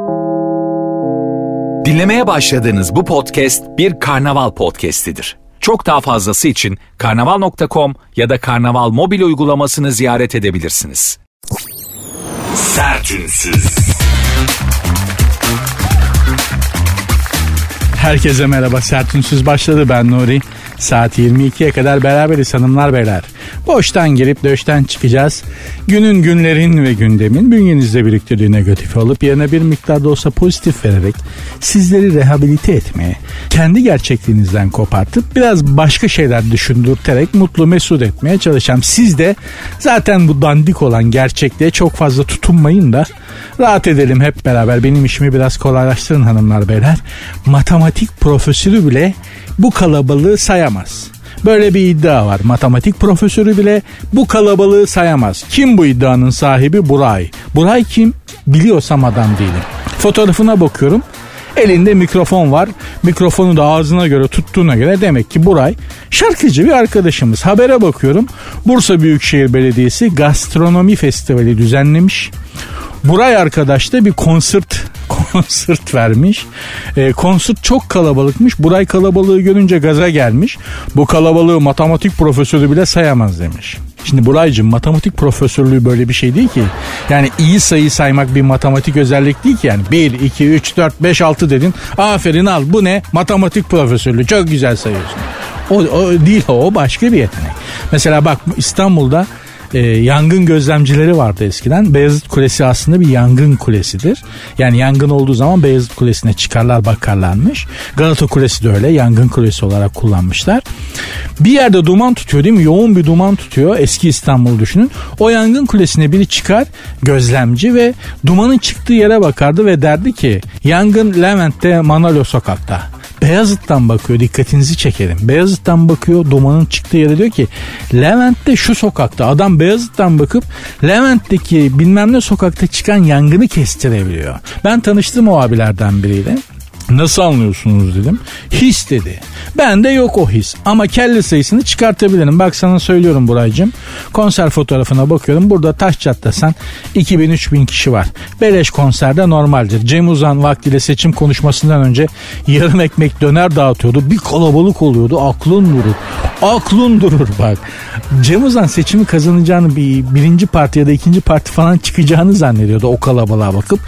Dinlemeye başladığınız bu podcast bir karnaval podcastidir. Çok daha fazlası için karnaval.com ya da karnaval mobil uygulamasını ziyaret edebilirsiniz. Sertünsüz. Herkese merhaba, Sertünsüz başladı. Ben Nuri. Saat 22'ye kadar beraberiz hanımlar beyler. Boştan girip döşten çıkacağız. Günlerin ve gündemin bünyenizde biriktirdiği negatifi alıp yerine bir miktar da olsa pozitif vererek sizleri rehabilite etmeye, kendi gerçekliğinizden kopartıp biraz başka şeyler düşündürterek mutlu mesut etmeye çalışacağım. Siz de zaten bu dandik olan gerçekliğe çok fazla tutunmayın da rahat edelim hep beraber. Benim işimi biraz kolaylaştırın hanımlar beyler. Matematik profesörü bile bu kalabalığı sayamaz. Böyle bir iddia var. Matematik profesörü bile bu kalabalığı sayamaz. Kim bu iddianın sahibi? Buray. Buray kim? Biliyorsam adam değilim. Fotoğrafına bakıyorum. Elinde mikrofon var. Mikrofonu da ağzına göre tuttuğuna göre demek ki Buray şarkıcı bir arkadaşımız. Habere bakıyorum. Bursa Büyükşehir Belediyesi Gastronomi Festivali düzenlemiş. Buray arkadaş da bir konsert vermiş. Konsert çok kalabalıkmış. Buray kalabalığı görünce gaza gelmiş. Bu kalabalığı matematik profesörü bile sayamaz demiş. Şimdi Buraycığım, matematik profesörlüğü böyle bir şey değil ki. Yani iyi sayı saymak bir matematik özellik değil ki yani. 1, 2, 3, 4, 5, 6 dedin. Aferin al, bu ne? Matematik profesörlüğü. Çok güzel sayıyorsun. O değil, o başka bir yetenek. Mesela bak, İstanbul'da yangın gözlemcileri vardı eskiden. Beyazıt Kulesi aslında bir yangın kulesidir. Yani yangın olduğu zaman Beyazıt Kulesi'ne çıkarlar, bakarlarmış. Galata Kulesi de öyle, yangın kulesi olarak kullanmışlar. Bir yerde duman tutuyor değil mi? Yoğun bir duman tutuyor. Eski İstanbul'u düşünün. O yangın kulesine biri çıkar, gözlemci, ve dumanın çıktığı yere bakardı ve derdi ki yangın Levent'te Manolyo sokakta. Beyazıt'tan bakıyor, dikkatinizi çekerim. Beyazıt'tan bakıyor, dumanın çıktığı yere diyor ki Levent'te şu sokakta. Adam Beyazıt'tan bakıp Levent'teki bilmem ne sokakta çıkan yangını kestirebiliyor. Ben tanıştım o abilerden biriyle. Nasıl anlıyorsunuz dedim. His dedi. Bende yok o his ama kelle sayısını çıkartabilirim. Bak sana söylüyorum Buraycığım. Konser fotoğrafına bakıyorum. Burada taş çatlasan 2000-3000 kişi var. Beleş konserde normaldir. Cem Uzan vaktiyle seçim konuşmasından önce yarım ekmek döner dağıtıyordu. Bir kalabalık oluyordu. Aklın durur. Aklın durur bak. Cem Uzan seçimi kazanacağını, birinci parti ya da ikinci parti falan çıkacağını zannediyordu o kalabalığa bakıp.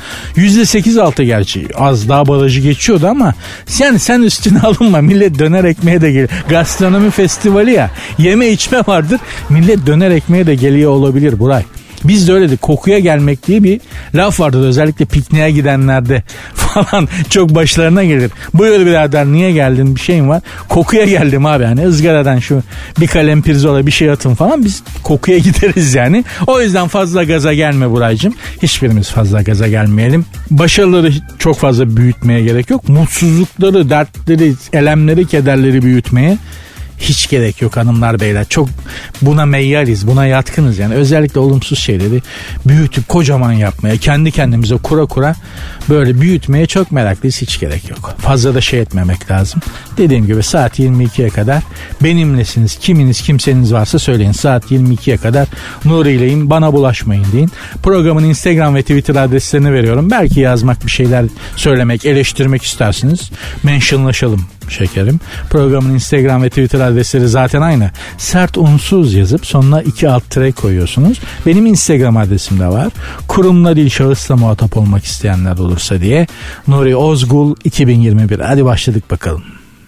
%8-6 gerçi. Az daha barajı geçiyor ama yani sen üstüne alınma, millet döner ekmeğe de geliyor. Gastronomi festivali ya, yeme içme vardır, millet döner ekmeğe de geliyor olabilir Buray. Biz de öyledik. Kokuya gelmek diye bir laf vardır. Özellikle pikniğe gidenlerde falan çok başlarına gelir. Buyur birader, niye geldin, bir şeyin var? Kokuya geldim abi. Hani ızgaradan şu bir kalem pirzola bir şey atın falan. Biz kokuya gideriz yani. O yüzden fazla gaza gelme Buraycığım. Hiçbirimiz fazla gaza gelmeyelim. Başarıları çok fazla büyütmeye gerek yok. Mutsuzlukları, dertleri, elemleri, kederleri büyütmeye hiç gerek yok hanımlar beyler. Çok buna meyyaliz, buna yatkınız yani. Özellikle olumsuz şeyleri büyütüp kocaman yapmaya, kendi kendimize kura böyle büyütmeye çok meraklıyız. Hiç gerek yok. Fazla da şey etmemek lazım. Dediğim gibi saat 22'ye kadar benimlesiniz. Kimseniz varsa söyleyin. Saat 22'ye kadar Nuri'yleyim, bana bulaşmayın deyin. Programın Instagram ve Twitter adreslerini veriyorum. Belki yazmak, bir şeyler söylemek, eleştirmek istersiniz. Mentionlaşalım şekerim. Programın Instagram ve Twitter adresleri zaten aynı. Sert unsuz yazıp sonuna 2 alt tire koyuyorsunuz. Benim Instagram adresim de var. Kurumla değil, şahısla muhatap olmak isteyenler olursa diye. Nuri Ozgul 2021. Hadi başladık bakalım.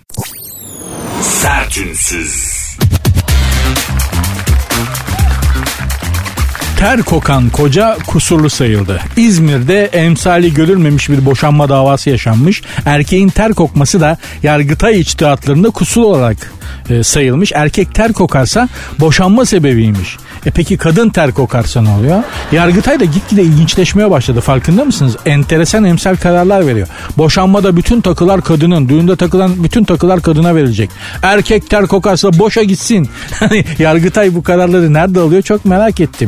Sertünsüz. Ter kokan koca kusurlu sayıldı. İzmir'de emsali görülmemiş bir boşanma davası yaşanmış. Erkeğin ter kokması da Yargıtay içtihatlarında kusur olarak sayılmış. Erkek ter kokarsa boşanma sebebiymiş. Peki kadın ter kokarsa ne oluyor? Yargıtay da gitgide ilginçleşmeye başladı. Farkında mısınız? Enteresan emsal kararlar veriyor. Boşanmada bütün takılar kadının, düğünde takılan bütün takılar kadına verilecek. Erkek ter kokarsa boşa gitsin. Yargıtay bu kararları nerede alıyor çok merak ettim yani.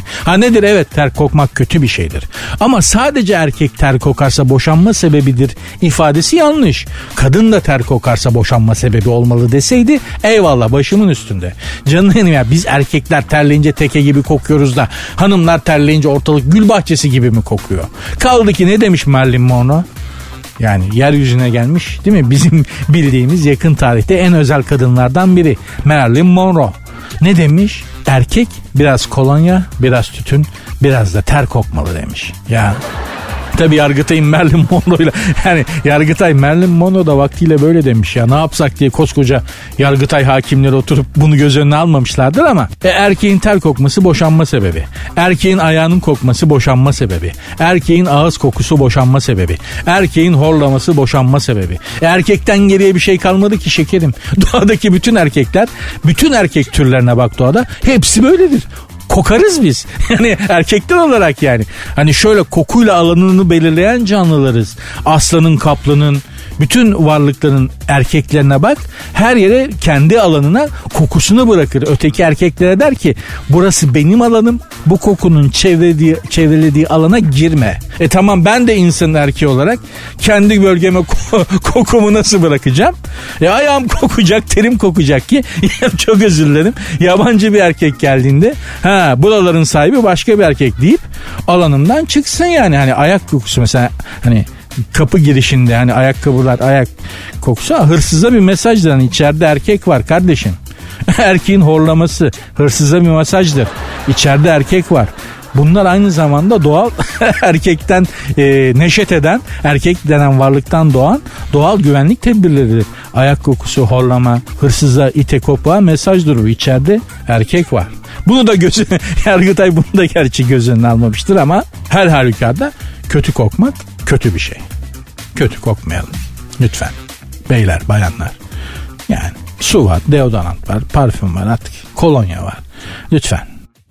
Ha nedir? Evet, ter kokmak kötü bir şeydir. Ama sadece erkek ter kokarsa boşanma sebebidir ifadesi yanlış. Kadın da ter kokarsa boşanma sebebi olmalı deseydi eyvallah, başımın üstünde. Canım ya, biz erkekler terleyince teke gibi kokuyoruz da hanımlar terleyince ortalık gül bahçesi gibi mi kokuyor? Kaldı ki ne demiş Marilyn Monroe? Yani yeryüzüne gelmiş değil mi? Bizim bildiğimiz yakın tarihte en özel kadınlardan biri Marilyn Monroe. Ne demiş? Erkek biraz kolonya, biraz tütün, biraz da ter kokmalı demiş. Ya tabii Yargıtay'ın Marilyn Monroe'yla, yani Yargıtay Marilyn Monroe da vaktiyle böyle demiş ya, ne yapsak diye koskoca Yargıtay hakimleri oturup bunu göz önüne almamışlardır ama erkeğin ter kokması boşanma sebebi, erkeğin ayağının kokması boşanma sebebi, erkeğin ağız kokusu boşanma sebebi, erkeğin horlaması boşanma sebebi. Erkekten geriye bir şey kalmadı ki şekerim. Doğadaki bütün erkekler, bütün erkek türlerine bak doğada, hepsi böyledir. Kokarız biz. Yani erkekler olarak yani. Hani şöyle kokuyla alanını belirleyen canlılarız. Aslanın, kaplanın, bütün varlıkların erkeklerine bak. Her yere kendi alanına kokusunu bırakır. Öteki erkeklere der ki burası benim alanım. Bu kokunun çevrelediği alana girme. Tamam, ben de insanın erkeği olarak kendi bölgeme kokumu nasıl bırakacağım? Ayağım kokacak, terim kokacak ki çok özür dilerim. Yabancı bir erkek geldiğinde buraların sahibi başka bir erkek deyip alanımdan çıksın yani. Hani ayak kokusu mesela, hani kapı girişinde hani ayakkabılar, ayak kokusu hırsıza bir mesajdır. Hani içeride erkek var kardeşim. Erkeğin horlaması hırsıza bir mesajdır. İçeride erkek var. Bunlar aynı zamanda doğal erkekten neşet eden, erkek denen varlıktan doğan doğal güvenlik tedbirleridir. Ayak kokusu, horlama, hırsıza, ite kopuğa mesajdır bu. İçeride erkek var. Bunu da Yargıtay bunu da gerçi göz önüne almamıştır ama her halükarda kötü kokmak kötü bir şey. Kötü kokmayalım. Lütfen. Beyler, bayanlar. Yani su var, deodorant var, parfüm var, artık kolonya var. Lütfen.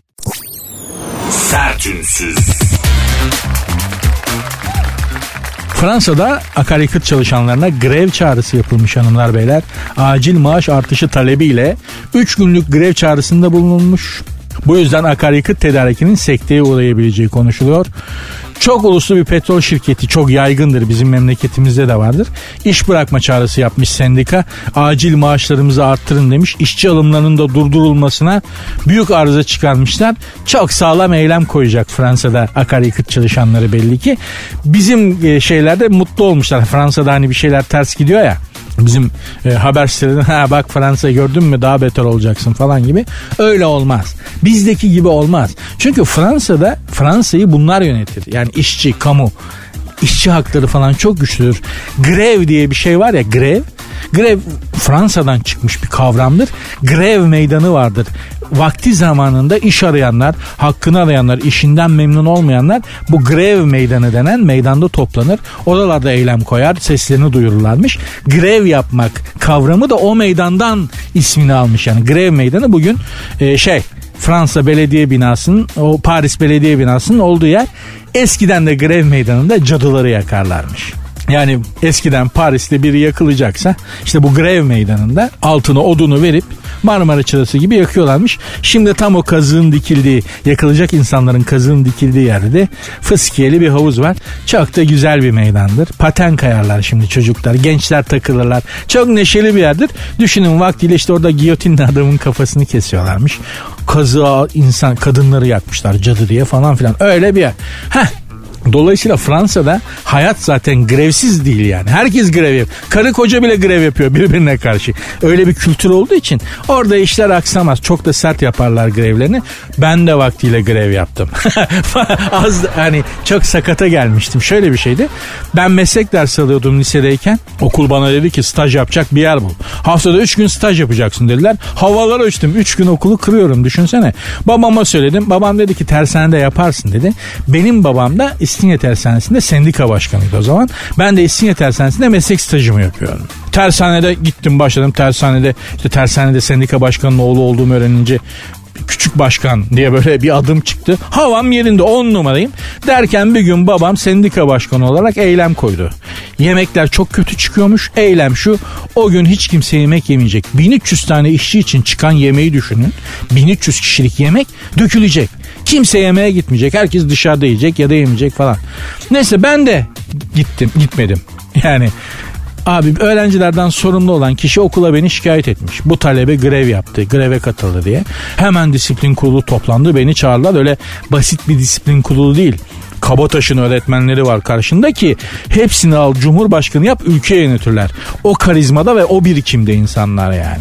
Sertünsüz. Fransa'da akaryakıt çalışanlarına grev çağrısı yapılmış hanımlar beyler. Acil maaş artışı talebiyle 3 günlük grev çağrısında bulunulmuş. Bu yüzden akaryakıt tedarikinin sekteye uğrayabileceği konuşuluyor. Çok uluslu bir petrol şirketi, çok yaygındır, bizim memleketimizde de vardır. İş bırakma çağrısı yapmış sendika. Acil maaşlarımızı arttırın demiş. İşçi alımlarının da durdurulmasına büyük arıza çıkarmışlar. Çok sağlam eylem koyacak Fransa'da akaryakıt çalışanları belli ki. Bizim şeylerde mutlu olmuşlar. Fransa'da hani bir şeyler ters gidiyor ya. Bizim haber sitelerinde bak Fransa gördün mü daha beter olacaksın falan gibi. Öyle olmaz. Bizdeki gibi olmaz. Çünkü Fransa'da Fransa'yı bunlar yönetir. Yani işçi, kamu, işçi hakları falan çok güçlüdür. Grev diye bir şey var ya, grev. Grev Fransa'dan çıkmış bir kavramdır. Grev meydanı vardır. Vakti zamanında iş arayanlar, hakkını arayanlar, işinden memnun olmayanlar bu grev meydanı denen meydanda toplanır. Oralarda eylem koyar, seslerini duyururlarmış. Grev yapmak kavramı da o meydandan ismini almış. Yani grev meydanı bugün Fransa Belediye Binası'nın, o Paris Belediye Binası'nın olduğu yer. Eskiden de grev meydanında cadıları yakarlarmış. Yani eskiden Paris'te biri yakılacaksa işte bu grev meydanında altına odunu verip Marmara Çırası gibi yakıyorlarmış. Şimdi tam o kazığın dikildiği, yakılacak insanların kazığın dikildiği yerde de fıskiyeli bir havuz var. Çok da güzel bir meydandır. Paten kayarlar şimdi çocuklar, gençler takılırlar. Çok neşeli bir yerdir. Düşünün vaktiyle işte orada giyotinle adamın kafasını kesiyorlarmış. Kazığa insan, kadınları yakmışlar cadı diye falan filan. Öyle bir yer. Dolayısıyla Fransa'da hayat zaten grevsiz değil yani. Herkes grev yapıyor. Karı koca bile grev yapıyor birbirine karşı. Öyle bir kültür olduğu için orada işler aksamaz. Çok da sert yaparlar grevlerini. Ben de vaktiyle grev yaptım. Hani çok sakata gelmiştim. Şöyle bir şeydi. Ben meslek dersi alıyordum lisedeyken. Okul bana dedi ki staj yapacak bir yer bul. Haftada 3 gün staj yapacaksın dediler. Havalara uçtum. 3 gün okulu kırıyorum düşünsene. Babama söyledim. Babam dedi ki tersanede yaparsın dedi. Benim babam da İstinye Tersanesi'nde sendika başkanıydı o zaman. Ben de İstinye Tersanesi'nde meslek stajımı yapıyorum. Tersanede gittim, başladım tersanede. İşte tersanede sendika başkanının oğlu olduğumu öğrenince küçük başkan diye böyle bir adım çıktı. Havam yerinde, 10 numarayım. Derken bir gün babam sendika başkanı olarak eylem koydu. Yemekler çok kötü çıkıyormuş. Eylem şu: o gün hiç kimse yemek yemeyecek. 1300 tane işçi için çıkan yemeği düşünün. 1300 kişilik yemek dökülecek. Kimse yemeğe gitmeyecek. Herkes dışarıda yiyecek ya da yemeyecek falan. Neyse ben de gitmedim. Yani abi öğrencilerden sorumlu olan kişi okula beni şikayet etmiş. Bu talebe grev yaptı, greve katıldı diye. Hemen disiplin kurulu toplandı, beni çağırdılar. Öyle basit bir disiplin kurulu değil. Kabataş'ın öğretmenleri var karşında ki hepsini al cumhurbaşkanı yap, ülkeyi yönetirler. O karizmada ve o birikimde insanlar yani.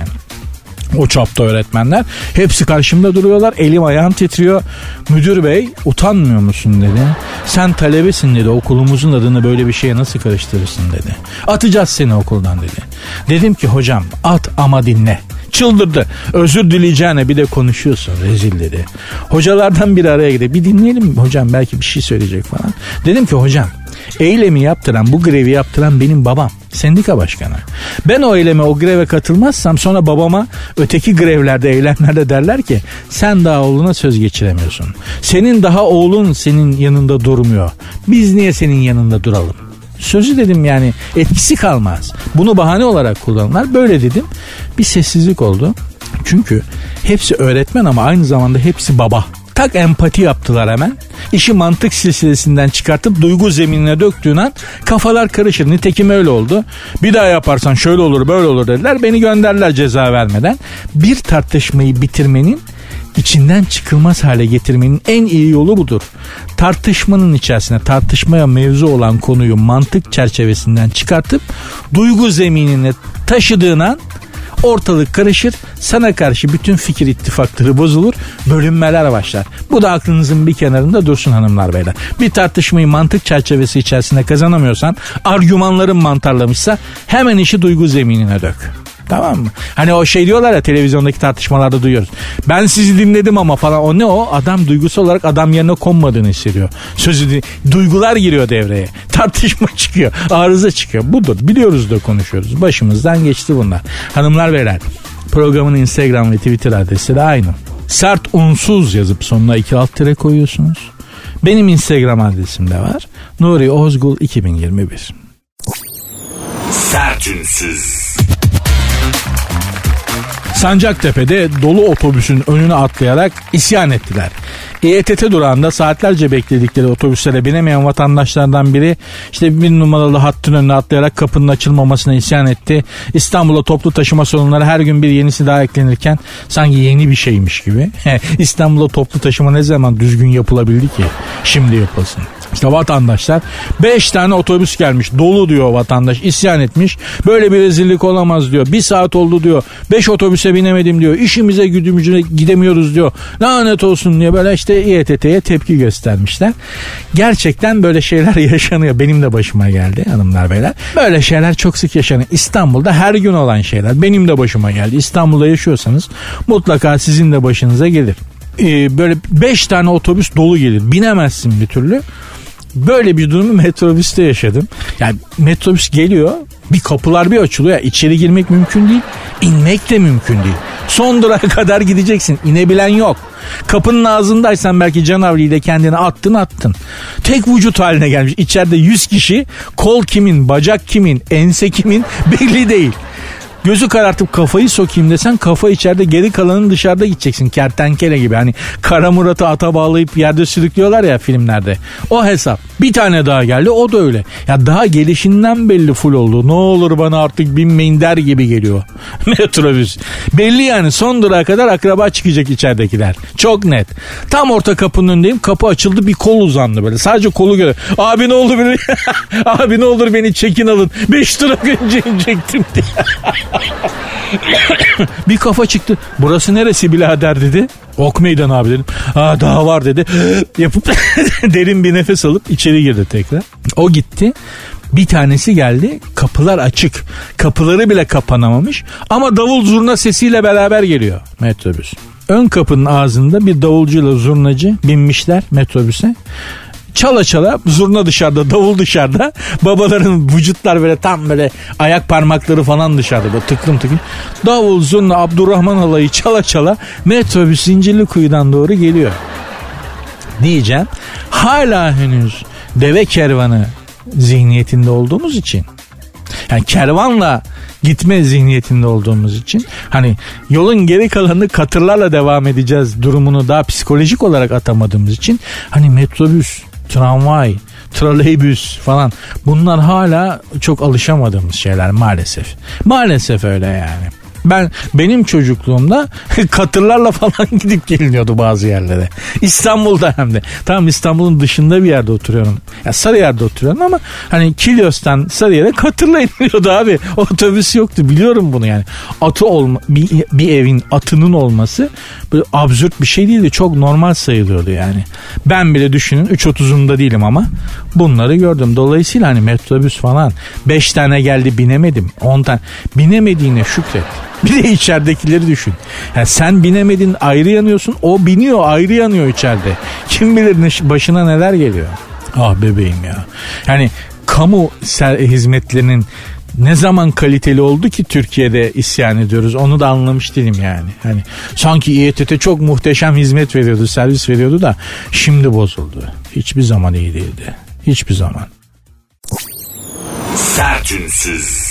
O çapta öğretmenler. Hepsi karşımda duruyorlar. Elim ayağım titriyor. Müdür bey utanmıyor musun dedi. Sen talebesin dedi. Okulumuzun adını böyle bir şeye nasıl karıştırırsın dedi. Atacağız seni okuldan dedi. Dedim ki hocam at ama dinle. Çıldırdı. Özür dileyeceğine bir de konuşuyorsun. Rezil dedi. Hocalardan biri araya gidiyor. Bir dinleyelim hocam, belki bir şey söyleyecek falan. Dedim ki hocam, eylemi yaptıran, bu grevi yaptıran benim babam. Sendika başkanı. Ben o eyleme, o greve katılmazsam sonra babama öteki grevlerde, eylemlerde derler ki sen daha oğluna söz geçiremiyorsun. Senin daha oğlun senin yanında durmuyor. Biz niye senin yanında duralım? Sözü dedim yani etkisi kalmaz. Bunu bahane olarak kullanırlar. Böyle dedim. Bir sessizlik oldu. Çünkü hepsi öğretmen ama aynı zamanda hepsi baba. Tak empati yaptılar hemen. İşi mantık silsilesinden çıkartıp duygu zeminine döktüğün an kafalar karışır. Nitekim öyle oldu. Bir daha yaparsan şöyle olur böyle olur dediler. Beni gönderdiler ceza vermeden. Bir tartışmayı bitirmenin, içinden çıkılmaz hale getirmenin en iyi yolu budur. Tartışmanın içerisine, tartışmaya mevzu olan konuyu mantık çerçevesinden çıkartıp duygu zeminine taşıdığın an ortalık karışır, sana karşı bütün fikir ittifakları bozulur, bölünmeler başlar. Bu da aklınızın bir kenarında dursun hanımlar beyler. Bir tartışmayı mantık çerçevesi içerisinde kazanamıyorsan, argümanların mantarlamışsa hemen işi duygu zeminine dök. Tamam mı? Hani o şey diyorlar ya, televizyondaki tartışmalarda duyuyoruz. Ben sizi dinledim ama falan. O ne o? Adam duygusal olarak adam yerine konmadığını hissediyor. Duygular giriyor devreye. Tartışma çıkıyor. Arıza çıkıyor. Budur. Biliyoruz da konuşuyoruz. Başımızdan geçti bunlar. Hanımlar beyler, programın Instagram ve Twitter adresi de aynı. Sert unsuz yazıp sonuna 2 alt tire koyuyorsunuz. Benim Instagram adresim de var. Nuri Ozgul 2021. Sert unsuz. Sancaktepe'de dolu otobüsün önüne atlayarak isyan ettiler. İETT durağında saatlerce bekledikleri otobüslere binemeyen vatandaşlardan biri işte 1 numaralı hattın önüne atlayarak kapının açılmamasına isyan etti. İstanbul'a toplu taşıma sorunları her gün bir yenisi daha eklenirken sanki yeni bir şeymiş gibi. İstanbul'a toplu taşıma ne zaman düzgün yapılabildi ki? Şimdi yapılsın. İşte vatandaşlar 5 tane otobüs gelmiş dolu diyor vatandaş, isyan etmiş. Böyle bir rezillik olamaz diyor. 1 saat oldu diyor. 5 otobüse binemedim diyor. İşimize gücümüze gidemiyoruz diyor. Lanet olsun diye böyle işte İETT'ye tepki göstermişler. Gerçekten böyle şeyler yaşanıyor. Benim de başıma geldi hanımlar beyler. Böyle şeyler çok sık yaşanıyor. İstanbul'da her gün olan şeyler. Benim de başıma geldi. İstanbul'da yaşıyorsanız mutlaka sizin de başınıza gelir. Böyle 5 tane otobüs dolu gelir. Binemezsin bir türlü. Böyle bir durumu metrobüste yaşadım. Yani metrobüs geliyor, bir kapılar bir açılıyor. İçeri girmek mümkün değil, inmek de mümkün değil. Son durağa kadar gideceksin, inebilen yok. Kapının ağzındaysan belki canavliyle kendini attın. Tek vücut haline gelmiş. İçeride 100 kişi, kol kimin, bacak kimin, ense kimin belli değil. Gözü karartıp kafayı sokayım desen kafa içeride, geri kalanın dışarıda gideceksin. Kertenkele gibi, hani Kara Murat'ı ata bağlayıp yerde sürüklüyorlar ya filmlerde. O hesap. Bir tane daha geldi, o da öyle. Ya daha gelişinden belli full oldu. Ne olur bana artık binmeyin der gibi geliyor metrobüs. Belli yani, son durağa kadar akraba çıkacak içeridekiler. Çok net. Tam orta kapının önündeyim, kapı açıldı, bir kol uzandı böyle. Sadece kolu göre. Abi ne olur beni abi ne olur beni çekin alın. 5 durak önce inecektim diye. Bir kafa çıktı. Burası neresi birader dedi. Ok meydanı abi dedim. Daha var dedi. Yapıp derin bir nefes alıp içeri girdi tekrar. O gitti. Bir tanesi geldi. Kapılar açık. Kapıları bile kapanamamış. Ama davul zurna sesiyle beraber geliyor metrobüs. Ön kapının ağzında bir davulcuyla zurnacı binmişler metrobüse. Çala çala, zurna dışarıda, davul dışarıda. Babaların vücutlar böyle tam böyle ayak parmakları falan dışarıda. Böyle tıklım tıklım. Davul, zurna, Abdurrahman alayı çala çala metrobüs Zincirlikuyu'dan doğru geliyor. Diyeceğim. Hala henüz deve kervanı zihniyetinde olduğumuz için Yani kervanla gitme zihniyetinde olduğumuz için hani yolun geri kalanını katırlarla devam edeceğiz durumunu daha psikolojik olarak atamadığımız için hani metrobüs, tramvay, troleybüs falan bunlar hala çok alışamadığımız şeyler maalesef. Maalesef öyle yani. Benim çocukluğumda katırlarla falan gidip geliniyordu bazı yerlere. İstanbul'da hem de. Tamam, İstanbul'un dışında bir yerde oturuyorum. Ya Sarıyer'de oturuyorum ama hani Kilyos'tan Sarıyer'e katırla iniliyordu abi. Otobüs yoktu, biliyorum bunu yani. Bir evin atının olması böyle absürt bir şey değildi. Çok normal sayılıyordu yani. Ben bile düşünün 3.30'unda değilim ama bunları gördüm. Dolayısıyla hani metrobüs falan 5 tane geldi, binemedim. 10 tane binemediğine şükret. Bir de içeridekileri düşün. Yani sen binemedin, ayrı yanıyorsun. O biniyor, ayrı yanıyor içeride. Kim bilir başına neler geliyor. Ah bebeğim ya. Yani kamu hizmetlerinin ne zaman kaliteli oldu ki Türkiye'de isyan ediyoruz, onu da anlamış değilim yani. Hani sanki İETT çok muhteşem hizmet veriyordu, servis veriyordu da şimdi bozuldu. Hiçbir zaman iyi değildi. Hiçbir zaman. Sertünsüz.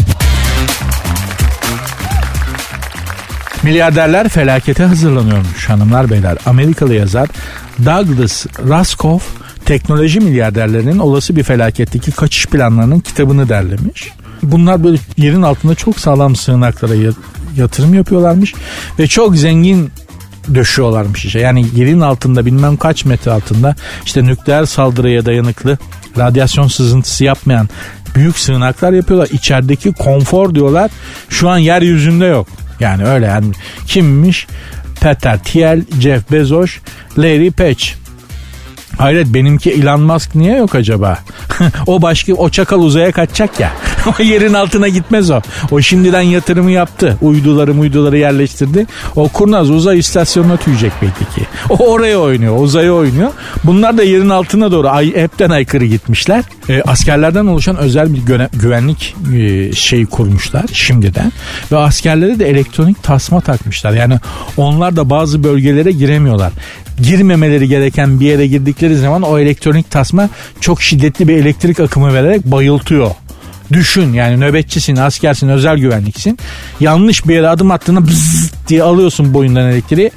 Milyarderler felakete hazırlanıyormuş hanımlar beyler. Amerikalı yazar Douglas Rushkoff teknoloji milyarderlerinin olası bir felaketteki kaçış planlarının kitabını derlemiş. Bunlar böyle yerin altında çok sağlam sığınaklara yatırım yapıyorlarmış ve çok zengin döşüyorlarmış işte. Yani yerin altında bilmem kaç metre altında işte nükleer saldırıya dayanıklı, radyasyon sızıntısı yapmayan büyük sığınaklar yapıyorlar. İçerideki konfor diyorlar şu an yeryüzünde yok. Yani öyle yani kimmiş? Peter Thiel, Jeff Bezos, Larry Page. Hayret, benimki Elon Musk niye yok acaba? O çakal uzaya kaçacak ya. O yerin altına gitmez o. O şimdiden yatırımı yaptı. Uyduları yerleştirdi. O kurnaz uzay istasyonuna tüyecek belki ki. O oraya oynuyor, uzaya oynuyor. Bunlar da yerin altına doğru hepten aykırı gitmişler. Askerlerden oluşan özel bir güvenlik şeyi kurmuşlar şimdiden. Ve askerlere de elektronik tasma takmışlar. Yani onlar da bazı bölgelere giremiyorlar. Girmemeleri gereken bir yere girdikleri zaman o elektronik tasma çok şiddetli bir elektrik akımı vererek bayıltıyor. Düşün yani, nöbetçisin, askersin, özel güvenliksin. Yanlış bir yere adım attığında bzzz diye alıyorsun boyundan elektriği.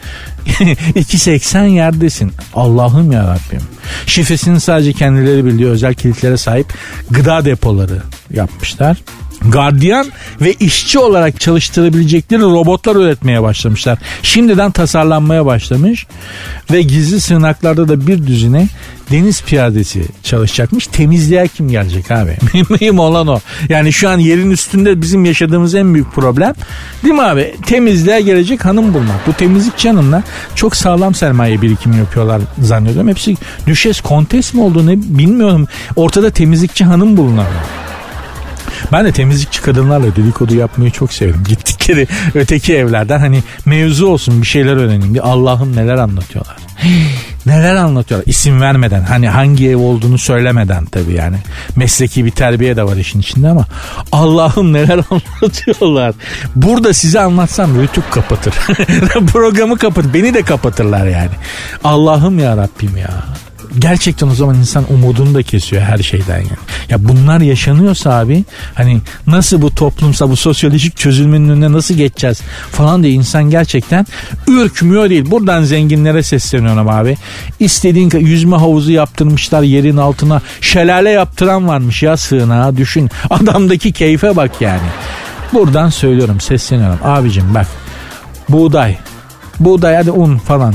2.80 yerdesin. Allah'ım yarabbim. Şifresini sadece kendileri biliyor. Özel kilitlere sahip gıda depoları yapmışlar. Gardiyan ve işçi olarak çalıştırabilecekleri robotlar üretmeye başlamışlar. Şimdiden tasarlanmaya başlamış ve gizli sığınaklarda da bir düzine deniz piyadesi çalışacakmış. Temizliğe kim gelecek abi? Mühim olan o. Yani şu an yerin üstünde bizim yaşadığımız en büyük problem, değil mi abi? Temizliğe gelecek hanım bulmak. Bu temizlikçi hanımlar çok sağlam sermaye birikimi yapıyorlar zannediyorum. Hepsi düşes kontes mi olduğunu bilmiyorum. Ortada temizlikçi hanım bulunan. Ben de temizlikçi kadınlarla dedikodu yapmayı çok severim. Gittikleri öteki evlerden hani mevzu olsun, bir şeyler öğreneyim diye. Allah'ım neler anlatıyorlar. Neler anlatıyorlar. İsim vermeden, hani hangi ev olduğunu söylemeden tabii yani. Mesleki bir terbiye de var işin içinde ama Allah'ım neler anlatıyorlar. Burada size anlatsam Rütük kapatır. Programı kapatır. Beni de kapatırlar yani. Allah'ım ya Rabbim ya. Gerçekten o zaman insan umudunu da kesiyor her şeyden yani. Ya bunlar yaşanıyorsa abi, hani nasıl bu toplumsa bu sosyolojik çözülmenin önüne nasıl geçeceğiz falan diye insan gerçekten ürkmüyor değil. Buradan zenginlere sesleniyorum abi. İstediğin yüzme havuzu yaptırmışlar yerin altına, şelale yaptıran varmış ya sığınağa, düşün. Adamdaki keyfe bak yani. Buradan söylüyorum, sesleniyorum. Abicim bak, buğday hadi un falan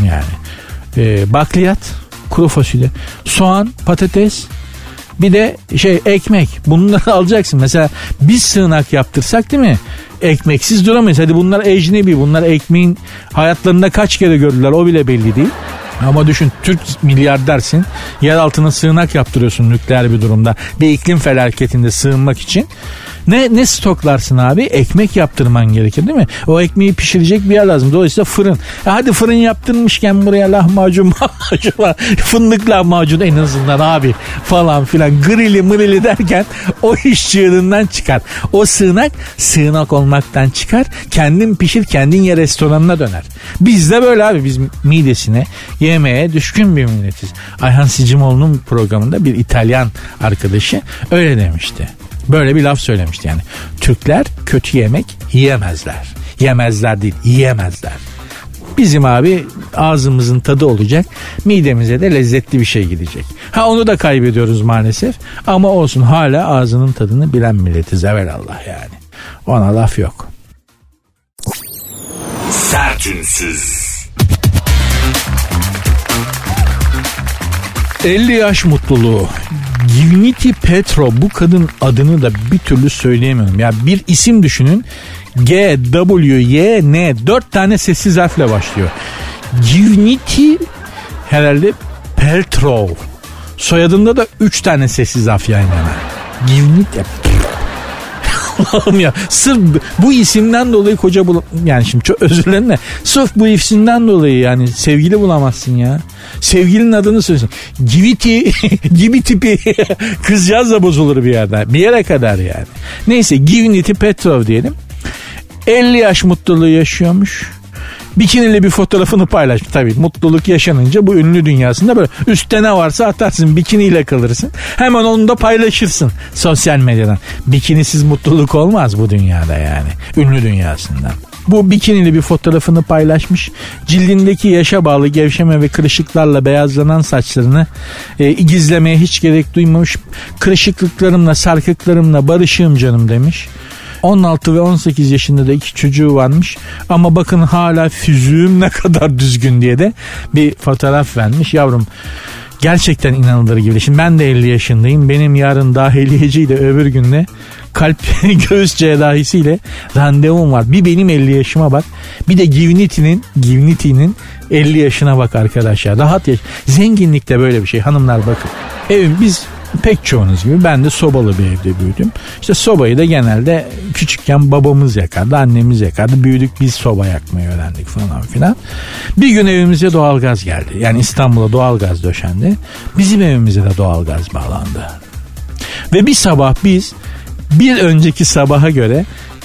yani. Bakliyat, kuru fasulye, soğan, patates, bir de ekmek. Bunları alacaksın. Mesela biz sığınak yaptırsak, değil mi? Ekmeksiz duramayız. Hadi bunlar ecnebi. Bunlar ekmeğin hayatlarında kaç kere gördüler o bile belli değil. Ama düşün, Türk milyardersin. Yer altına sığınak yaptırıyorsun nükleer bir durumda. Bir iklim felaketinde sığınmak için. Ne stoklarsın abi? Ekmek yaptırman gerekir, değil mi? O ekmeği pişirecek bir yer lazım. Dolayısıyla fırın. Hadi fırın yaptırmışken buraya lahmacun var. Fındık lahmacun en azından abi falan filan. Grili derken o iş çığırından çıkar. O sığınak olmaktan çıkar. Kendin pişir, kendin ye restoranına döner. Biz de böyle abi. Biz midesine, yemeğe düşkün bir milletiz. Ayhan Sicimoğlu'nun programında bir İtalyan arkadaşı öyle demişti. Böyle bir laf söylemişti yani. Türkler kötü yemek yiyemezler. Yemezler değil, yiyemezler. Bizim abi ağzımızın tadı olacak. Midemize de lezzetli bir şey gidecek. Onu da kaybediyoruz maalesef. Ama olsun, hala ağzının tadını bilen milletiz evelallah yani. Ona laf yok. Sertünsüz. 50 yaş mutluluğu. Gwyneth Paltrow, bu kadın adını da bir türlü söyleyemiyorum. Ya bir isim düşünün. G, W, Y, N 4 tane sessiz harfle başlıyor. Gwyneth herhalde Paltrow. Soyadında da 3 tane sessiz harf yan yana. Gwyneth Allah'ım ya, sırf bu isimden dolayı koca yani şimdi çok özür dilerim de sırf bu isimden dolayı yani sevgili bulamazsın ya. Sevgilinin adını söylesin. Gibi tipi kızcağız da bozulur bir yerden. Bir yere kadar yani. Neyse, Gwyneth Paltrow diyelim. 50 yaş mutluluğu yaşıyormuş. Bikinili bir fotoğrafını paylaşmış. Tabii mutluluk yaşanınca bu ünlü dünyasında böyle üstte ne varsa atarsın, bikiniyle kalırsın. Hemen onu da paylaşırsın sosyal medyadan. Bikinisiz mutluluk olmaz bu dünyada yani. Ünlü dünyasında. Bu bikinili bir fotoğrafını paylaşmış. Cildindeki yaşa bağlı gevşeme ve kırışıklarla beyazlanan saçlarını gizlemeye hiç gerek duymamış. Kırışıklıklarımla, sarkıklarımla barışığım canım demiş. 16 ve 18 yaşında da 2 çocuğu varmış. Ama bakın hala füzüğüm ne kadar düzgün diye de bir fotoğraf vermiş. Yavrum, gerçekten inanılır gibi. Şimdi ben de 50 yaşındayım. Benim yarın dahiliyeciyle, öbür günde kalp göğüs cerrahisiyle randevum var. Bir benim 50 yaşıma bak. Bir de Gwyneth'in 50 yaşına bak arkadaşlar. Rahat yaş. Zenginlikte böyle bir şey. Hanımlar bakın. Biz pek çoğunuz gibi ben de sobalı bir evde büyüdüm. İşte sobayı da genelde küçükken babamız yakardı, annemiz yakardı. Büyüdük, biz soba yakmayı öğrendik falan filan. Bir gün evimize doğalgaz geldi. Yani İstanbul'a doğalgaz döşendi. Bizim evimize de doğalgaz bağlandı. Ve bir sabah biz bir önceki sabaha göre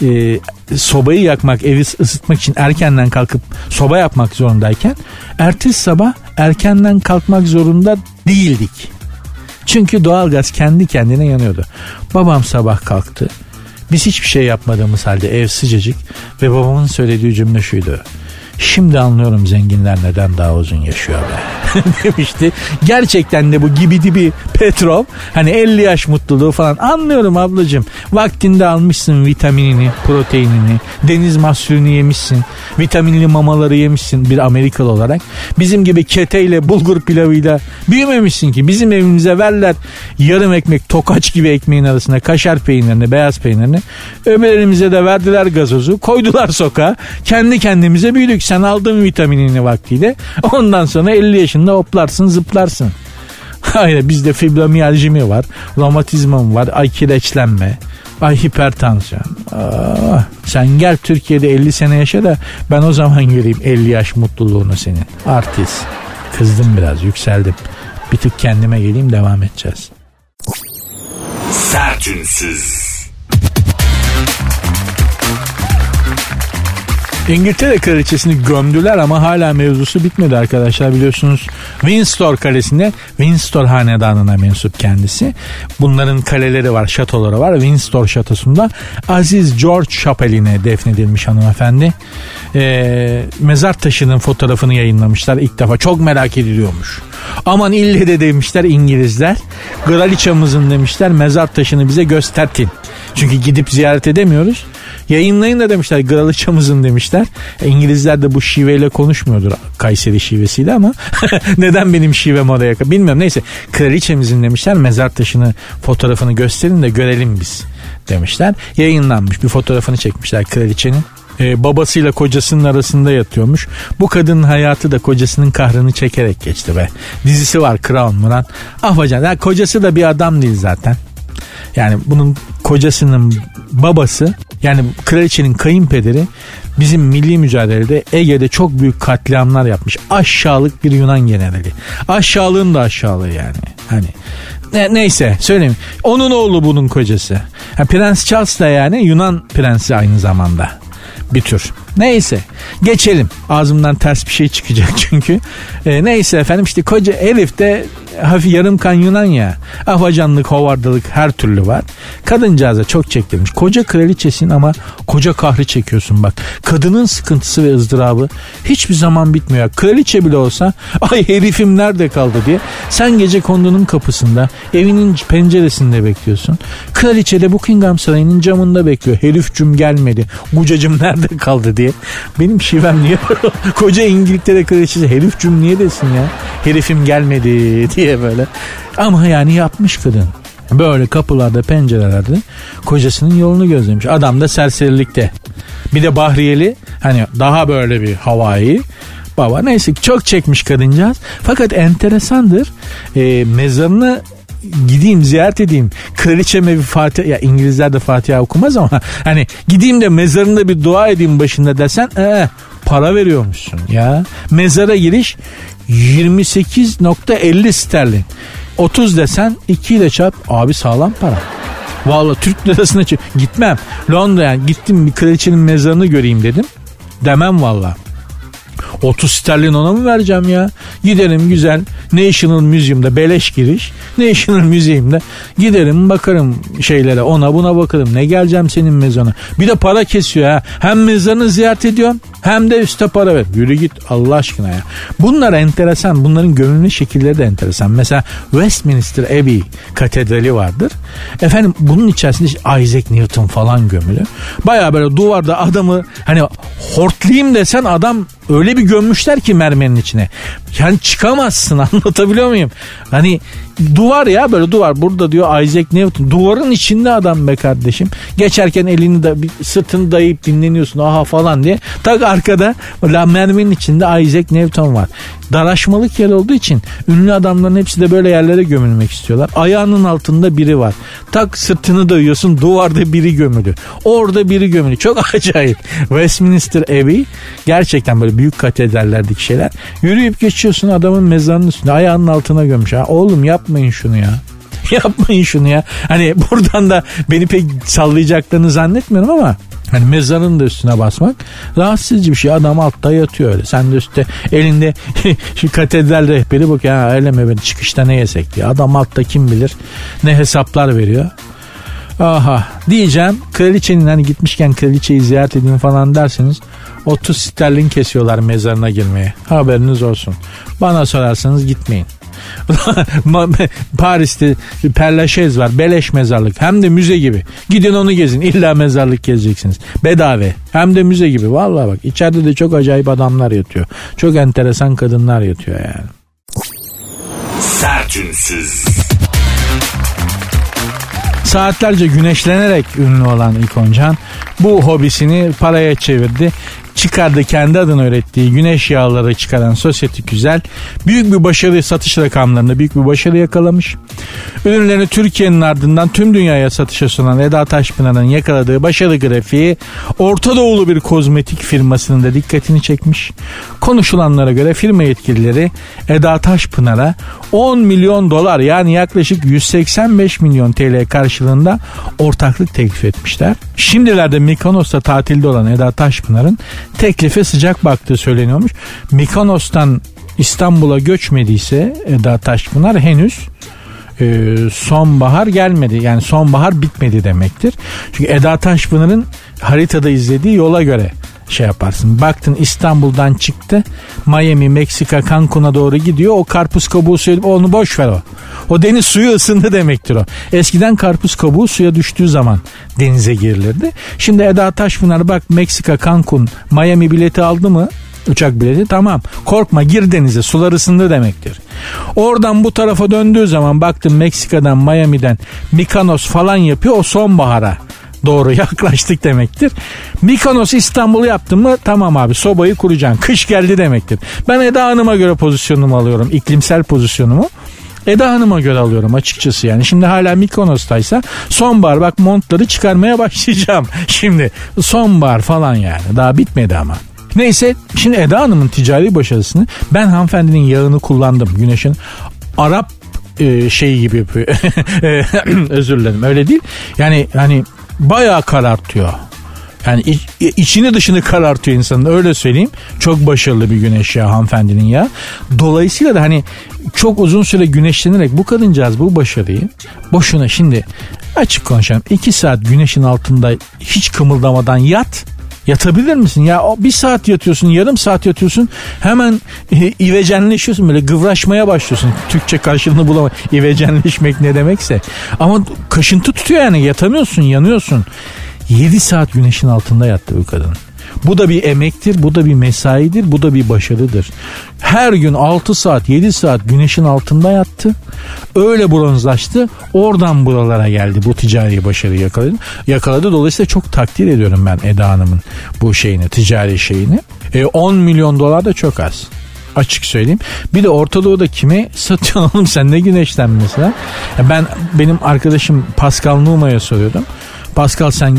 sobayı yakmak, evi ısıtmak için erkenden kalkıp soba yapmak zorundayken ertesi sabah erkenden kalkmak zorunda değildik. Çünkü doğalgaz kendi kendine yanıyordu. Babam sabah kalktı. Biz hiçbir şey yapmadığımız halde ev sıcacık ve babamın söylediği cümle şuydu: "Şimdi anlıyorum zenginler neden daha uzun yaşıyor be." demişti. Gerçekten de bu Gwyneth Paltrow hani 50 yaş mutluluğu falan, anlıyorum ablacığım. Vaktinde almışsın vitaminini, proteinini, deniz mahsulünü yemişsin, vitaminli mamaları yemişsin bir Amerikalı olarak. Bizim gibi keteyle, bulgur pilavıyla büyümemişsin ki. Bizim evimize verler yarım ekmek, tokaç gibi ekmeğin arasına kaşar peynirini, beyaz peynirini. Öbürlerimize de verdiler gazozu, koydular sokağa. Kendi kendimize büyüdük. Sen aldın vitaminini vaktiyle. Ondan sonra 50 yaşında hoplarsın, zıplarsın. Hayır, bizde fibromiyalji mi var, romatizma mı var, ay kireçlenme, ay hipertansiyon. Sen gel Türkiye'de 50 sene yaşa da ben o zaman göreyim 50 yaş mutluluğunu senin. Artist. Kızdım biraz, yükseldim. Bir tık kendime geleyim, devam edeceğiz. Sertünsüz. İngiltere kraliçesini gömdüler ama hala mevzusu bitmedi arkadaşlar, biliyorsunuz. Windsor Kalesi'nde, Windsor hanedanına mensup kendisi. Bunların kaleleri var, şatoları var. Windsor şatosunda Aziz George Chapeli'ne defnedilmiş hanımefendi. Mezar taşının fotoğrafını yayınlamışlar ilk defa. Çok merak ediliyormuş. Aman ille de demişler İngilizler. Kraliçemizin demişler mezar taşını bize göstertin. Çünkü gidip ziyaret edemiyoruz. Yayınlayın da demişler, kraliçemizin demişler. İngilizler de bu şiveyle konuşmuyordur, Kayseri şivesiyle, ama neden benim şivem oraya bilmiyorum. Neyse, kraliçemizin demişler mezar taşını, fotoğrafını gösterin de görelim biz demişler. Yayınlanmış, bir fotoğrafını çekmişler kraliçenin. Babasıyla kocasının arasında yatıyormuş. Bu kadının hayatı da kocasının kahrını çekerek geçti be. Dizisi var, Crown Murat. Afacan, kocası da bir adam değil zaten. Yani bunun kocasının babası, yani kraliçenin kayınpederi bizim milli mücadelede Ege'de çok büyük katliamlar yapmış. Aşağılık bir Yunan generali. Aşağılığın da aşağılığı yani. Hani neyse söyleyeyim. Onun oğlu bunun kocası. Prens Charles da yani Yunan prensi aynı zamanda. Bir tür. Neyse geçelim. Ağzımdan ters bir şey çıkacak çünkü. Neyse efendim işte koca herif de hafif yarım kan Yunan ya. Afacanlık, hovardalık her türlü var. Kadıncağıza çok çektirmiş. Koca kraliçesin ama koca kahrı çekiyorsun bak. Kadının sıkıntısı ve ızdırabı hiçbir zaman bitmiyor. Kraliçe bile olsa ay herifim nerede kaldı diye. Sen gece kondunun kapısında, evinin penceresinde bekliyorsun. Kraliçe de Buckingham Sarayı'nın camında bekliyor. Herifcüm gelmedi. Kucacım nerede kaldı diye. Benim şivem niye böyle? Koca İngiltere kraliçesi herifcüm niye desin ya? Herifim gelmedi diye böyle. Ama yani yapmış kadın. Böyle kapılarda, pencerelerde kocasının yolunu gözlemiş. Adam da serserilikte. Bir de Bahriyeli, hani daha böyle bir havai baba. Neyse çok çekmiş kadıncağız. Fakat enteresandır. Mezarını gideyim ziyaret edeyim. Kraliçeme bir Fatiha, ya İngilizler de Fatiha okumaz ama hani gideyim de mezarında bir dua edeyim başında desen para veriyormuşsun ya. Mezara giriş 28.50 sterlin. 30 desen 2 ile çarp abi sağlam para. Vallahi Türk lirasına gitmem. Londra yani gittim bir kraliçenin mezarını göreyim dedim. Demem vallahi. 30 sterlin ona mı vereceğim ya? Giderim güzel National Museum'da beleş giriş. National Museum'da giderim bakarım şeylere, ona buna bakarım. Ne geleceğim senin mezarına? Bir de para kesiyor ha. Hem mezarını ziyaret ediyorum hem de üste para ver. Yürü git Allah aşkına ya. Bunlar enteresan. Bunların gömülme şekilleri de enteresan. Mesela Westminster Abbey katedrali vardır. Efendim bunun içerisinde Isaac Newton falan gömülü. Baya böyle duvarda adamı hani hortlayayım desen adam öyle bir gömmüşler ki mermerin içine. Yani çıkamazsın, anlatabiliyor muyum? Hani duvar ya, böyle duvar. Burada diyor Isaac Newton. Duvarın içinde adam be kardeşim. Geçerken elini de sırtını dayayıp dinleniyorsun aha falan diye. Tak arkada mermerin içinde Isaac Newton var. Daraşmalık yer olduğu için ünlü adamların hepsi de böyle yerlere gömülmek istiyorlar. Ayağının altında biri var. Tak sırtını dayıyorsun, duvarda biri gömülü. Orada biri gömülü. Çok acayip. Westminster Abbey gerçekten böyle büyük katedrallerdeki şeyler. Yürüyüp geçiyorsun adamın mezarının üstünde ayağının altına gömmüş. Ha, oğlum yapmayın şunu ya. Yapmayın şunu ya. Hani buradan da beni pek sallayacaklarını zannetmiyorum ama hani mezarın da üstüne basmak rahatsız edici bir şey. Adam altta yatıyor öyle. Sen de üstte elinde şu katedral rehberi bak ya, öyle mi beni çıkışta ne yesek diye. Adam altta kim bilir ne hesaplar veriyor. Aha diyeceğim, kraliçenin hani gitmişken kraliçeyi ziyaret edin falan derseniz 30 sterlin kesiyorlar mezarına girmeye. Haberiniz olsun. Bana sorarsanız gitmeyin. Paris'te Père Lachaise var, beleş mezarlık, hem de müze gibi. Gidin onu gezin, illa mezarlık gezeceksiniz, bedava, hem de müze gibi. Vallahi bak içeride de çok acayip adamlar yatıyor, çok enteresan kadınlar yatıyor yani. Sertünsüz. Saatlerce güneşlenerek ünlü olan İlkon Can bu hobisini paraya çevirdi. Çıkardı kendi adına ürettiği güneş yağları çıkaran Sosyetik Güzel büyük bir başarı, satış rakamlarında büyük bir başarı yakalamış. Ürünlerini Türkiye'nin ardından tüm dünyaya satışa sunan Eda Taşpınar'ın yakaladığı başarı grafiği Orta Doğulu bir kozmetik firmasının da dikkatini çekmiş. Konuşulanlara göre firma yetkilileri Eda Taşpınar'a 10 milyon dolar yani yaklaşık 185 milyon TL karşılığında ortaklık teklif etmişler. Şimdilerde Mikonos'ta tatilde olan Eda Taşpınar'ın teklife sıcak baktığı söyleniyormuş. Mikonos'tan İstanbul'a göçmediyse Eda Taşpınar henüz sonbahar gelmedi. Yani sonbahar bitmedi demektir. Çünkü Eda Taşpınar'ın haritada izlediği yola göre şey yaparsın. Baktın İstanbul'dan çıktı. Miami, Meksika, Cancun'a doğru gidiyor. O karpuz kabuğu suyu, onu boş ver o. O deniz suyu ısındı demektir o. Eskiden karpuz kabuğu suya düştüğü zaman denize girilirdi. Şimdi Eda Taşpınar bak Meksika, Cancun, Miami bileti aldı mı? Uçak bileti tamam. Korkma gir denize, sular ısındı demektir. Oradan bu tarafa döndüğü zaman baktın Meksika'dan, Miami'den Mikonos falan yapıyor. O sonbahara doğru yaklaştık demektir. Mikonos İstanbul'u yaptın mı tamam abi sobayı kuracaksın. Kış geldi demektir. Ben Eda Hanım'a göre pozisyonumu alıyorum. İklimsel pozisyonumu Eda Hanım'a göre alıyorum açıkçası yani. Şimdi hala Mikonos'taysa sonbahar bak montları çıkarmaya başlayacağım. Şimdi sonbahar falan yani daha bitmedi ama. Neyse şimdi Eda Hanım'ın ticari başarısını ben hanımefendinin yağını kullandım. Güneş'in Arap şey gibi yapıyor. Özür dilerim öyle değil. Yani hani bayağı karartıyor. Yani içini dışını karartıyor insanın, öyle söyleyeyim. Çok başarılı bir güneş yağı hanımefendinin ya. Dolayısıyla da hani çok uzun süre güneşlenerek bu kadıncağız bu başarıyı boşuna, şimdi açık konuşalım, 2 saat güneşin altında hiç kımıldamadan yatabilir misin? Ya bir saat yatıyorsun, yarım saat yatıyorsun, hemen ivecenleşiyorsun, böyle gıvraşmaya başlıyorsun. Türkçe karşılığını bulamam. İvecenleşmek ne demekse. Ama kaşıntı tutuyor yani, yatamıyorsun, yanıyorsun. 7 saat güneşin altında yattı bu kadın. Bu da bir emektir, bu da bir mesaidir, bu da bir başarıdır. Her gün 6 saat, 7 saat güneşin altında yattı. Öyle bronzlaştı. Oradan buralara geldi. Bu ticari başarıyı yakaladı. Dolayısıyla çok takdir ediyorum ben Eda Hanım'ın bu şeyini, ticari şeyini. 10 milyon dolar da çok az. Açık söyleyeyim. Bir de Orta Doğu'da kime satıyorsun oğlum sen, ne güneşten mesela? Benim arkadaşım Pascal Numa'ya soruyordum. Pascal sen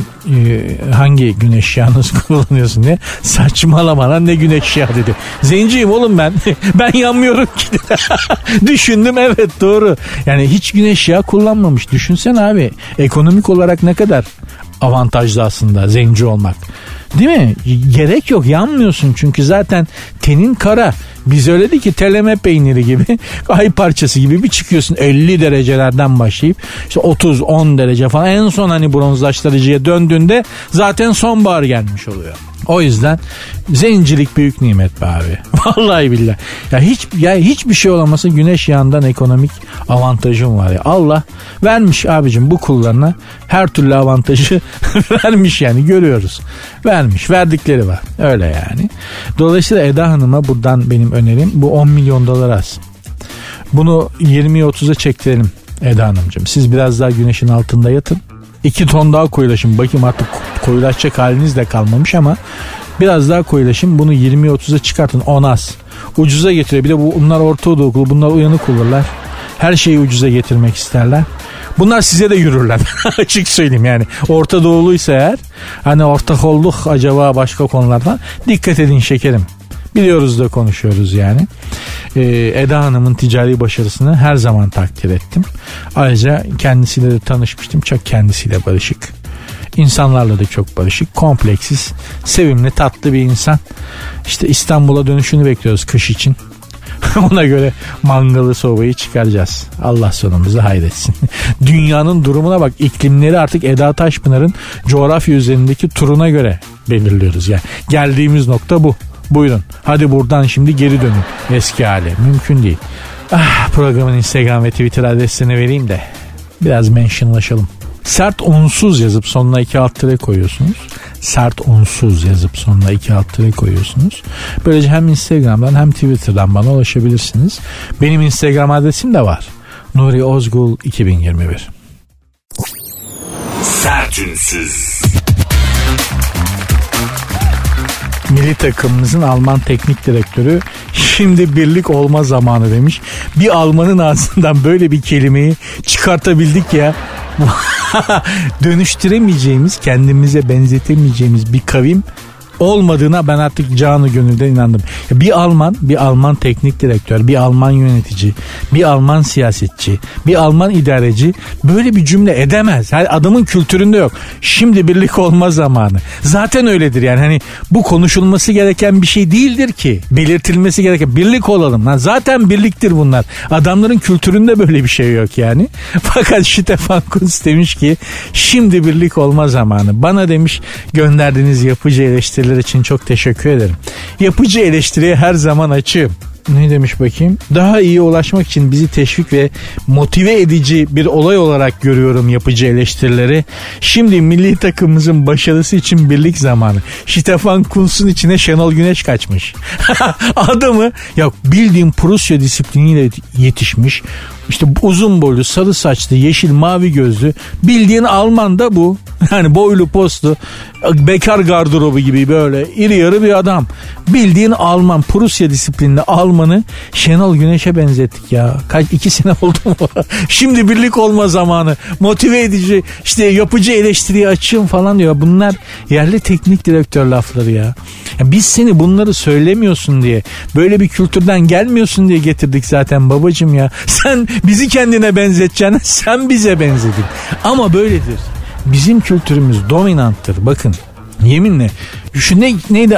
hangi güneş yağını kullanıyorsun diye. Saçmalama lan, ne güneş yağı dedi. Zenciyim oğlum ben. Ben yanmıyorum ki. Düşündüm, evet doğru. Yani hiç güneş yağı kullanmamış. Düşünsene abi, ekonomik olarak ne kadar avantajlı aslında zenci olmak. Değil mi? Gerek yok, yanmıyorsun çünkü zaten tenin kara. Biz öyle değil ki, teleme peyniri gibi, ay parçası gibi bir çıkıyorsun 50 derecelerden başlayıp işte 30-10 derece falan, en son hani bronzlaştırıcıya döndüğünde zaten sonbahar gelmiş oluyor. O yüzden zencilik büyük nimet be abi. Vallahi billahi. Ya hiçbir şey olamasa güneş yağından ekonomik avantajım var ya. Allah vermiş abicim bu kullarına, her türlü avantajı vermiş yani, görüyoruz. Vermiş, verdikleri var. Öyle yani. Dolayısıyla Eda Hanım'a buradan benim önerim, bu 10 milyon dolar az. Bunu 20'ye 30'a çektirelim Eda Hanımcığım. Siz biraz daha güneşin altında yatın. 2 ton daha koyulaşın. Bakayım artık koyulaşacak haliniz de kalmamış ama biraz daha koyulaşın. Bunu 20'ye 30'a çıkartın. 10 az. Ucuza getiriyor. Bir de bunlar Orta Doğu okulu. Bunlar uyanık olurlar. Her şeyi ucuza getirmek isterler. Bunlar size de yürürler. Açık söyleyeyim yani. Orta Doğuluysa eğer, hani ortak olduk acaba başka konulardan, dikkat edin şekerim. Biliyoruz da konuşuyoruz yani. Eda Hanım'ın ticari başarısını her zaman takdir ettim. Ayrıca kendisiyle de tanışmıştım. Çok kendisiyle barışık. İnsanlarla da çok barışık. Kompleksiz, sevimli, tatlı bir insan. İşte İstanbul'a dönüşünü bekliyoruz kış için. Ona göre mangalı sobayı çıkaracağız. Allah sonumuzu hayretsin. Dünyanın durumuna bak. İklimleri artık Eda Taşpınar'ın coğrafya üzerindeki turuna göre belirliyoruz. Yani geldiğimiz nokta bu. Buyurun. Hadi buradan şimdi geri dönün eski hale. Mümkün değil. Programın Instagram ve Twitter adresini vereyim de biraz mentionlaşalım. Sert unsuz yazıp sonuna 2 alt tire koyuyorsunuz. Sert unsuz yazıp sonuna 2 alt tire koyuyorsunuz. Böylece hem Instagram'dan hem Twitter'dan bana ulaşabilirsiniz. Benim Instagram adresim de var. Nuri Ozgul 2021. Sert unsuz. Milli takımımızın Alman teknik direktörü şimdi birlik olma zamanı demiş. Bir Almanın ağzından böyle bir kelimeyi çıkartabildik ya. Dönüştüremeyeceğimiz, kendimize benzetemeyeceğimiz bir kavim olmadığına ben artık canı gönülden inandım. Bir Alman teknik direktör, bir Alman yönetici, bir Alman siyasetçi, bir Alman idareci böyle bir cümle edemez. Yani adamın kültüründe yok. Şimdi birlik olma zamanı. Zaten öyledir yani, hani bu konuşulması gereken bir şey değildir ki. Belirtilmesi gereken, birlik olalım lan. Zaten birliktir bunlar. Adamların kültüründe böyle bir şey yok yani. Fakat Stefan Kuntz demiş ki şimdi birlik olma zamanı. Bana demiş gönderdiğiniz yapıcı eleştiriler için çok teşekkür ederim. Yapıcı eleştiriye her zaman açığım. Ne demiş bakayım? Daha iyi ulaşmak için bizi teşvik ve motive edici bir olay olarak görüyorum yapıcı eleştirileri. Şimdi milli takımımızın başarısı için birlik zamanı. Stefan Kuntz'un içine Şenol Güneş kaçmış. Adamı ya bildiğin Prusya disipliniyle yetişmiş. İşte uzun boylu, sarı saçlı, yeşil, mavi gözlü, bildiğin Alman da bu. Yani boylu postlu, bekar gardırobu gibi böyle iri yarı bir adam. Bildiğin Alman, Prusya disiplinli Alman'ı Şenol Güneş'e benzettik ya. 2 sene oldu mu? Şimdi birlik olma zamanı. Motive edici, işte yapıcı eleştiriyi açayım falan diyor. Bunlar yerli teknik direktör lafları ya. Biz seni bunları söylemiyorsun diye, böyle bir kültürden gelmiyorsun diye getirdik zaten babacığım ya. Sen bizi kendine benzeteceksin, sen bize benzedin. Ama böyledir. Bizim kültürümüz dominanttır. Bakın Yeminle. Şu neydi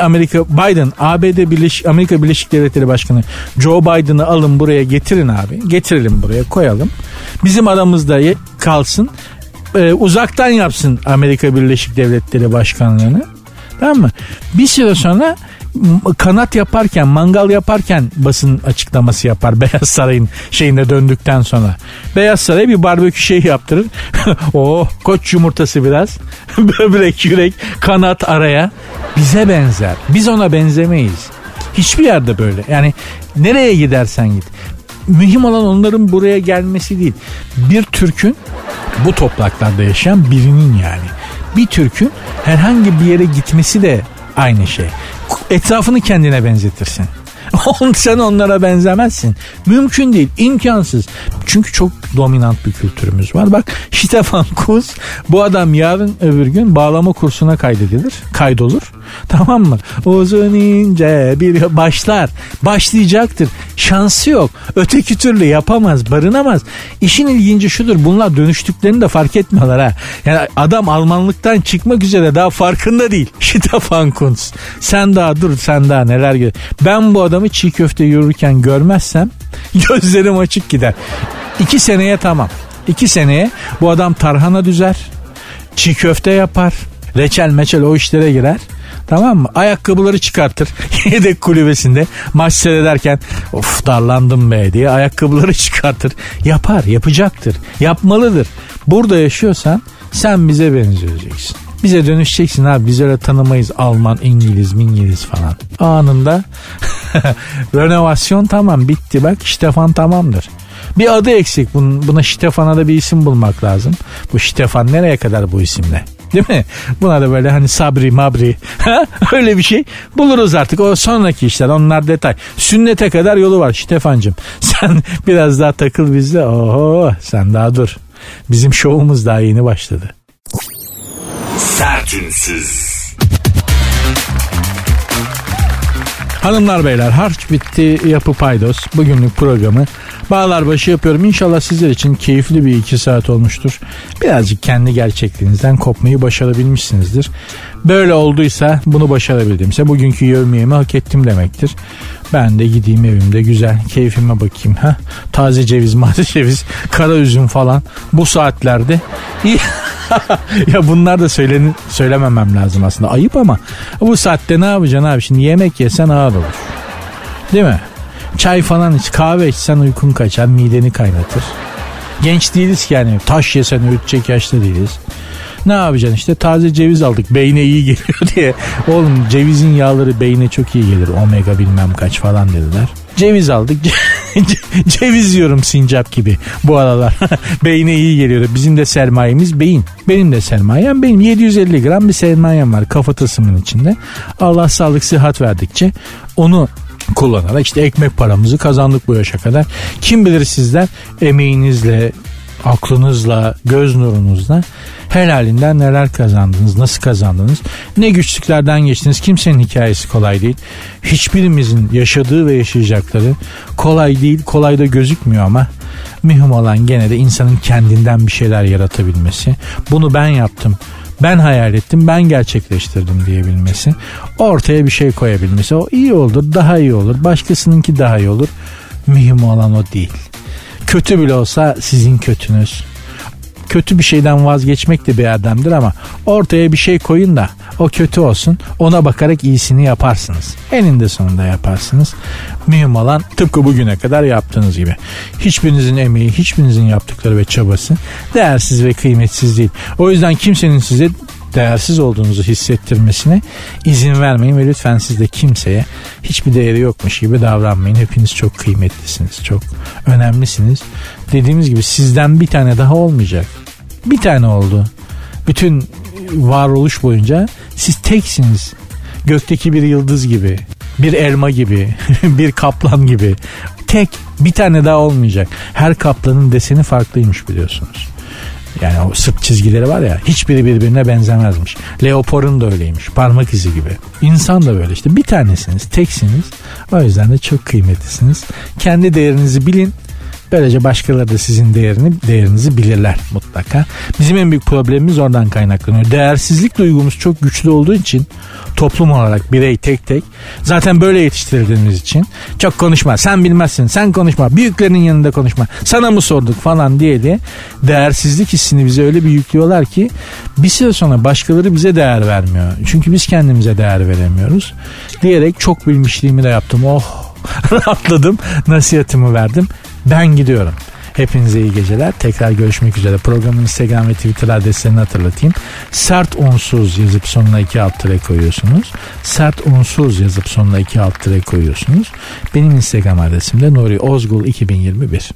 Amerika Birleşik Devletleri Başkanı Joe Biden'ı alın buraya getirin abi. Getirelim buraya koyalım. Bizim aramızda kalsın. Uzaktan yapsın Amerika Birleşik Devletleri Başkanlığını. Tamam mı? Bir süre sonra kanat yaparken, mangal yaparken basın açıklaması yapar Beyaz Saray'ın şeyine döndükten sonra. Beyaz Saray bir barbekü şey yaptırır. Koç yumurtası biraz. Böbrek, yürek, kanat araya. Bize benzer. Biz ona benzemeyiz. Hiçbir yerde böyle. Yani nereye gidersen git. Mühim olan onların buraya gelmesi değil. Bir Türk'ün bu topraklarda yaşayan birinin yani. Bir Türk'ün herhangi bir yere gitmesi de aynı şey. Etrafını kendine benzetirsin. Sen onlara benzemezsin. Mümkün değil, imkansız. Çünkü çok dominant bir kültürümüz var. Bak Stefan Kuz, bu adam yarın öbür gün bağlama kursuna kaydolur. Tamam mı? Uzun ince bir başlayacaktır. Şansı yok. Öteki türlü yapamaz, barınamaz. İşin ilginci şudur, bunlar dönüştüklerini de fark etmiyorlar ha. Yani adam Almanlıktan çıkmak üzere daha farkında değil. Stefan Kuz. Sen daha neler gör. Ben bu adamı çiğ köfte yürürken görmezsem gözlerim açık gider. 2 seneye tamam. 2 seneye bu adam tarhana düzer, çiğ köfte yapar, reçel meçel o işlere girer. Tamam mı? Ayakkabıları çıkartır yedek kulübesinde maç seyrederken of darlandım be diye ayakkabıları çıkartır. Yapacaktır, yapmalıdır. Burada yaşıyorsan sen bize benzeyeceksin. Bize dönüşeceksin abi. Biz öyle tanımayız Alman, İngiliz falan. Anında renovasyon tamam, bitti bak. Stefan tamamdır. Bir adı eksik. Buna Stefan'a da bir isim bulmak lazım. Bu Stefan nereye kadar bu isimle? Değil mi? Buna da böyle hani Sabri Mabri öyle bir şey buluruz artık. O sonraki işler, onlar detay. Sünnete kadar yolu var Stefancığım. Sen biraz daha takıl bizde. Sen daha dur. Bizim şovumuz daha yeni başladı. Sertünsüz. Hanımlar beyler, harç bitti, yapı paydos. Bugünlük programı bağlarbaşı yapıyorum. İnşallah sizler için keyifli bir 2 saat olmuştur. Birazcık kendi gerçekliğinizden kopmayı başarabilmişsinizdir. Böyle olduysa, bunu başarabildiğimse bugünkü yevmiyemi hak ettim demektir. Ben de gideyim evimde güzel keyfime bakayım. Taze ceviz, maze ceviz, kara üzüm falan bu saatlerde. Ya bunlar da söylememem lazım aslında. Ayıp ama bu saatte ne yapacaksın abi? Şimdi yemek yesen ağır olur. Değil mi? Çay falan iç, kahve içsen uykun kaçar, mideni kaynatır. Genç değiliz ki yani. Taş yesen öğütecek yaşta değiliz. Ne yapacaksın işte, taze ceviz aldık beyne iyi geliyor diye. Oğlum cevizin yağları beyne çok iyi gelir. Omega bilmem kaç falan dediler. Ceviz aldık. Ceviz yiyorum sincap gibi bu aralar. Beyne iyi geliyor. Bizim de sermayemiz beyin. Benim de sermayem benim. 750 gram bir sermayem var kafatasımın içinde. Allah sağlık sıhhat verdikçe onu kullanarak işte ekmek paramızı kazandık bu yaşa kadar. Kim bilir sizler emeğinizle, aklınızla, göz nurunuzla helalinden neler kazandınız, nasıl kazandınız, ne güçlüklerden geçtiniz. Kimsenin hikayesi kolay değil. Hiçbirimizin yaşadığı ve yaşayacakları kolay değil, kolay da gözükmüyor ama mühim olan gene de insanın kendinden bir şeyler yaratabilmesi. Bunu ben yaptım, ben hayal ettim, ben gerçekleştirdim diyebilmesi, ortaya bir şey koyabilmesi. O iyi olur, daha iyi olur, başkasınınki daha iyi olur. Mühim olan o değil. Kötü bile olsa sizin kötünüz. Kötü bir şeyden vazgeçmek de bir erdemdir ama ortaya bir şey koyun da o kötü olsun, ona bakarak iyisini yaparsınız. Eninde sonunda yaparsınız. Mühim olan tıpkı bugüne kadar yaptığınız gibi. Hiçbirinizin emeği, hiçbirinizin yaptıkları ve çabası değersiz ve kıymetsiz değil. O yüzden kimsenin size değersiz olduğunuzu hissettirmesine izin vermeyin ve lütfen siz de kimseye hiçbir değeri yokmuş gibi davranmayın. Hepiniz çok kıymetlisiniz, çok önemlisiniz. Dediğimiz gibi sizden bir tane daha olmayacak. Bir tane oldu. Bütün varoluş boyunca siz teksiniz. Gökteki bir yıldız gibi, bir elma gibi, bir kaplan gibi. Tek, bir tane daha olmayacak. Her kaplanın deseni farklıymış biliyorsunuz. Yani o sırt çizgileri var ya, hiçbiri birbirine benzemezmiş. Leopold'un da öyleymiş, parmak izi gibi. İnsan da böyle işte, bir tanesiniz, teksiniz. O yüzden de çok kıymetlisiniz. Kendi değerinizi bilin Böylece başkaları da sizin değerinizi bilirler mutlaka. Bizim en büyük problemimiz oradan kaynaklanıyor. Değersizlik duygumuz çok güçlü olduğu için toplum olarak birey tek tek zaten böyle yetiştirildiğimiz için çok konuşma, sen bilmezsin, sen konuşma, büyüklerinin yanında konuşma, sana mı sorduk falan diye değersizlik hissini bize öyle bir yüklüyorlar ki bir süre sonra başkaları bize değer vermiyor. Çünkü biz kendimize değer veremiyoruz diyerek çok bilmişliğimi de yaptım. Rahatladım, nasihatimi verdim. Ben gidiyorum. Hepinize iyi geceler. Tekrar görüşmek üzere. Programın Instagram ve Twitter adreslerini hatırlatayım. Sert unsuz yazıp sonuna 2 alt tire koyuyorsunuz. Sert unsuz yazıp sonuna 2 alt tire koyuyorsunuz. Benim Instagram adresim de Nuri Ozgul 2021.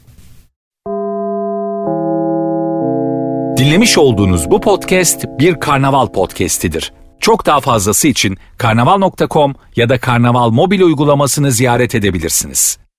Dinlemiş olduğunuz bu podcast bir Karnaval podcastidir. Çok daha fazlası için karnaval.com ya da Karnaval mobil uygulamasını ziyaret edebilirsiniz.